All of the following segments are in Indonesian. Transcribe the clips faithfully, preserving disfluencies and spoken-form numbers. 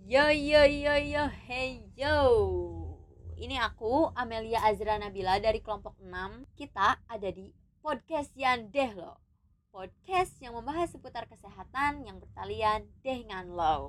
Yo yo yo yo hey yo. Ini aku Amelia Azra Nabila dari kelompok enam. Kita ada di podcast Yandeh loh. Podcast yang membahas seputar kesehatan yang bertalian dengan lo.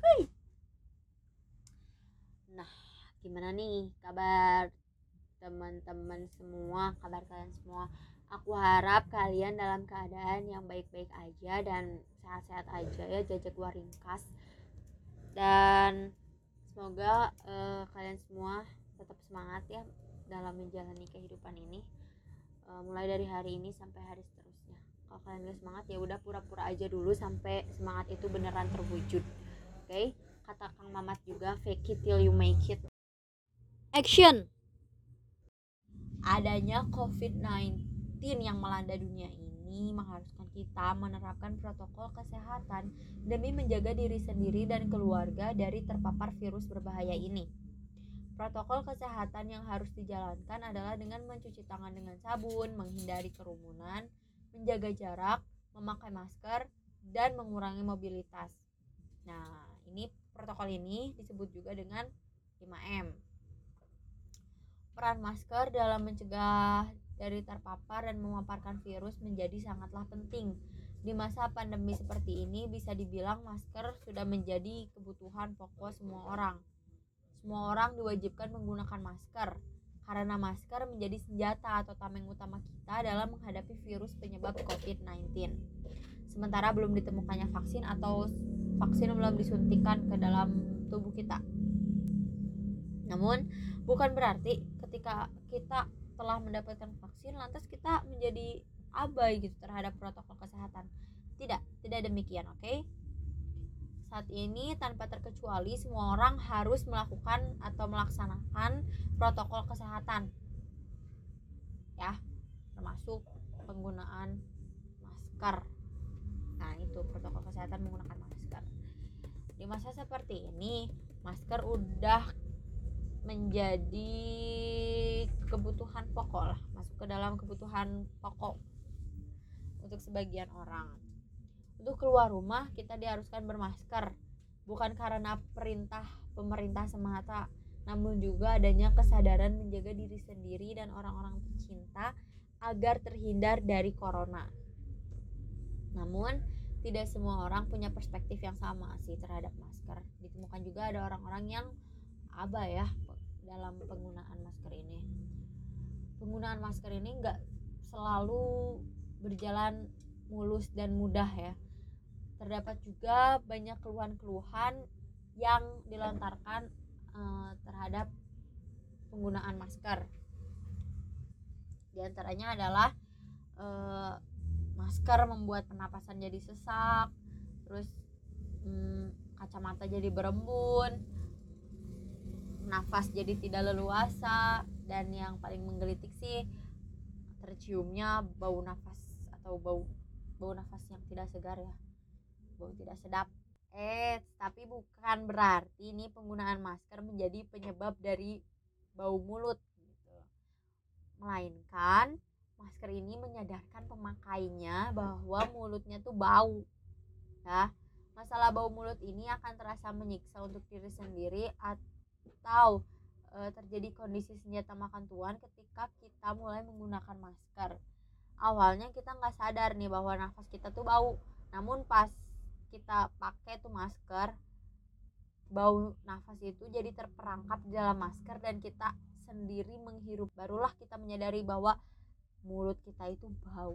Nah, gimana nih kabar teman-teman semua, kabar kalian semua? Aku harap kalian dalam keadaan yang baik-baik aja dan sehat-sehat aja ya, jajak waringkas. Dan semoga uh, kalian semua tetap semangat ya dalam menjalani kehidupan ini, uh, mulai dari hari ini sampai hari seterusnya. Kalau kalian gak semangat ya udah pura-pura aja dulu sampai semangat itu beneran terwujud. Oke, okay? Kata Kang Mamat juga, fake it till you make it. Action. Adanya covid sembilan belas yang melanda dunia ini mengharuskan kita menerapkan protokol kesehatan demi menjaga diri sendiri dan keluarga dari terpapar virus berbahaya ini. Protokol kesehatan yang harus dijalankan adalah dengan mencuci tangan dengan sabun, menghindari kerumunan, menjaga jarak, memakai masker, dan mengurangi mobilitas. Nah, ini protokol ini disebut juga dengan lima M. Peran masker dalam mencegah dari terpapar dan memaparkan virus menjadi sangatlah penting. Di masa pandemi seperti ini bisa dibilang masker sudah menjadi kebutuhan pokok semua orang. Semua orang diwajibkan menggunakan masker karena masker menjadi senjata atau tameng utama kita dalam menghadapi virus penyebab covid sembilan belas. Sementara belum ditemukannya vaksin atau vaksin belum disuntikan ke dalam tubuh kita. Namun bukan berarti ketika kita telah mendapatkan vaksin lantas kita menjadi abai gitu terhadap protokol kesehatan. Tidak, tidak demikian, oke? Okay? Saat ini tanpa terkecuali semua orang harus melakukan atau melaksanakan protokol kesehatan. Ya, termasuk penggunaan masker. Nah, itu protokol kesehatan menggunakan masker. Di masa seperti ini, masker udah menjadi kebutuhan pokok lah, masuk ke dalam kebutuhan pokok untuk sebagian orang. Untuk keluar rumah kita diharuskan bermasker, bukan karena perintah pemerintah semata, namun juga adanya kesadaran menjaga diri sendiri dan orang-orang tercinta agar terhindar dari corona. Namun tidak semua orang punya perspektif yang sama sih terhadap masker. Ditemukan juga ada orang-orang yang abai ya dalam penggunaan masker ini. Penggunaan masker ini nggak selalu berjalan mulus dan mudah ya. Terdapat juga banyak keluhan-keluhan yang dilontarkan uh, terhadap penggunaan masker. Di antaranya adalah uh, masker membuat pernapasan jadi sesak, terus um, kacamata jadi berembun, nafas jadi tidak leluasa, dan yang paling menggelitik sih terciumnya bau nafas atau bau bau nafas yang tidak segar ya, bau tidak sedap. Eh, tapi bukan berarti ini penggunaan masker menjadi penyebab dari bau mulut gitu. Melainkan masker ini menyadarkan pemakainya bahwa mulutnya tuh bau. Ya, masalah bau mulut ini akan terasa menyiksa untuk diri sendiri atau e, terjadi kondisi senjata makan tuan ketika kita mulai menggunakan masker. Awalnya kita nggak sadar nih bahwa nafas kita tuh bau, namun pas kita pakai tuh masker, bau nafas itu jadi terperangkap di dalam masker dan kita sendiri menghirup, barulah kita menyadari bahwa mulut kita itu bau.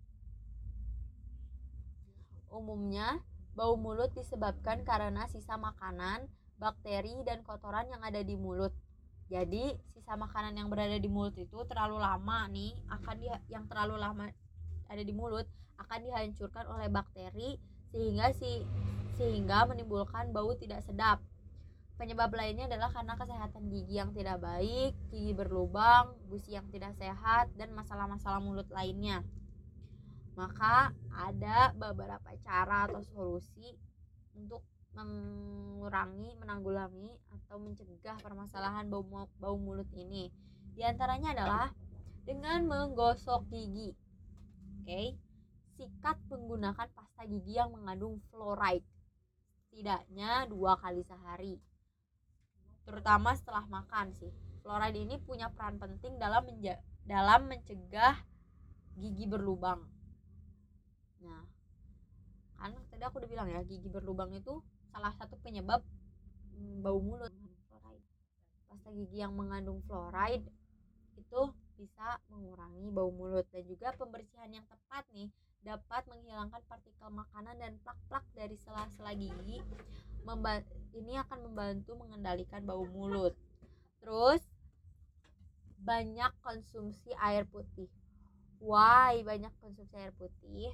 Umumnya bau mulut disebabkan karena sisa makanan, bakteri, dan kotoran yang ada di mulut. Jadi sisa makanan yang berada di mulut itu terlalu lama nih akan di, yang terlalu lama ada di mulut akan dihancurkan oleh bakteri sehingga si sehingga menimbulkan bau tidak sedap. Penyebab lainnya adalah karena kesehatan gigi yang tidak baik, gigi berlubang, gusi yang tidak sehat, dan masalah-masalah mulut lainnya. Maka ada beberapa cara atau solusi untuk mengurangi, menanggulangi atau mencegah permasalahan bau, bau mulut ini. Di antaranya adalah dengan menggosok gigi. Oke, okay? Sikat menggunakan pasta gigi yang mengandung fluoride. setidaknya dua kali sehari, terutama setelah makan sih. Fluoride ini punya peran penting dalam menja- dalam mencegah gigi berlubang. Nah, kan tadi aku udah bilang ya, gigi berlubang itu salah satu penyebab mm, bau mulut. Pasta gigi yang mengandung fluoride itu bisa mengurangi bau mulut, dan juga pembersihan yang tepat nih dapat menghilangkan partikel makanan dan plak-plak dari sela-sela gigi. Memba- ini akan membantu mengendalikan bau mulut. Terus banyak konsumsi air putih. Why banyak konsumsi air putih?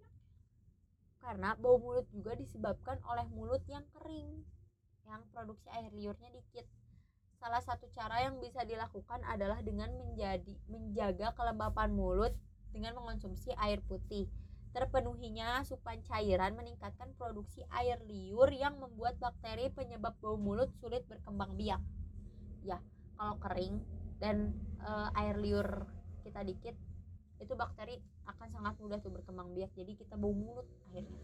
Karena bau mulut juga disebabkan oleh mulut yang kering, yang produksi air liurnya dikit. Salah satu cara yang bisa dilakukan adalah dengan menjadi menjaga kelembapan mulut dengan mengonsumsi air putih. Terpenuhinya asupan cairan meningkatkan produksi air liur yang membuat bakteri penyebab bau mulut sulit berkembang biak. Ya, kalau kering dan e, air liur kita dikit, itu bakteri akan sangat mudah tuh berkembang biak. Jadi kita bau mulut akhirnya.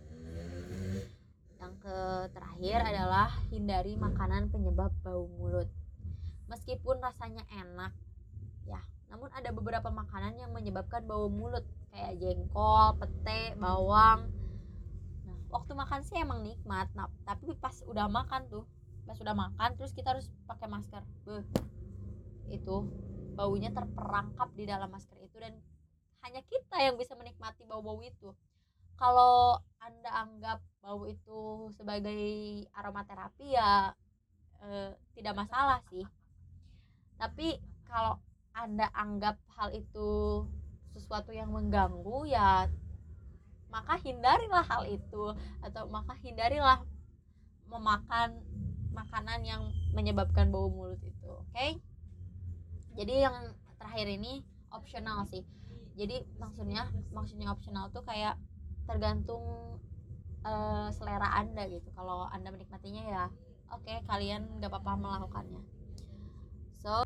Yang ke terakhir adalah hindari makanan penyebab bau mulut. Meskipun rasanya enak ya, namun ada beberapa makanan yang menyebabkan bau mulut, kayak jengkol, pete, bawang. Nah, waktu makan sih emang nikmat, nah, tapi pas udah makan tuh, pas udah makan terus kita harus pakai masker. Beuh, itu baunya terperangkap di dalam masker itu, dan hanya kita yang bisa menikmati bau-bau itu. Kalau Anda anggap bau itu sebagai aromaterapi ya eh, tidak masalah sih. Tapi kalau Anda anggap hal itu sesuatu yang mengganggu ya, maka hindarilah hal itu, atau maka hindarilah memakan makanan yang menyebabkan bau mulut itu. Oke? Okay? Jadi yang terakhir ini opsional sih. Jadi maksudnya maksudnya opsional tuh kayak tergantung uh, selera Anda gitu. Kalau Anda menikmatinya ya oke, okay, kalian gak apa-apa melakukannya. So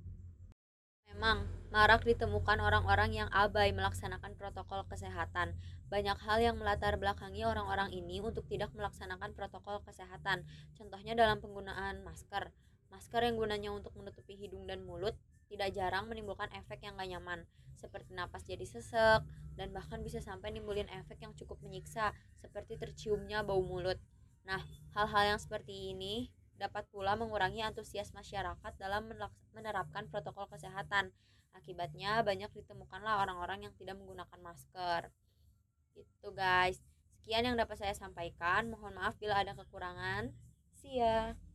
memang marak ditemukan orang-orang yang abai melaksanakan protokol kesehatan. Banyak hal yang melatar belakangi orang-orang ini untuk tidak melaksanakan protokol kesehatan. Contohnya dalam penggunaan masker. Masker yang gunanya untuk menutupi hidung dan mulut tidak jarang menimbulkan efek yang gak nyaman, seperti napas jadi sesek, dan bahkan bisa sampai nimbulin efek yang cukup menyiksa, seperti terciumnya bau mulut. Nah, hal-hal yang seperti ini dapat pula mengurangi antusias masyarakat dalam menerapkan protokol kesehatan. Akibatnya banyak ditemukanlah orang-orang yang tidak menggunakan masker. Gitu guys. Sekian yang dapat saya sampaikan. Mohon maaf bila ada kekurangan. See ya.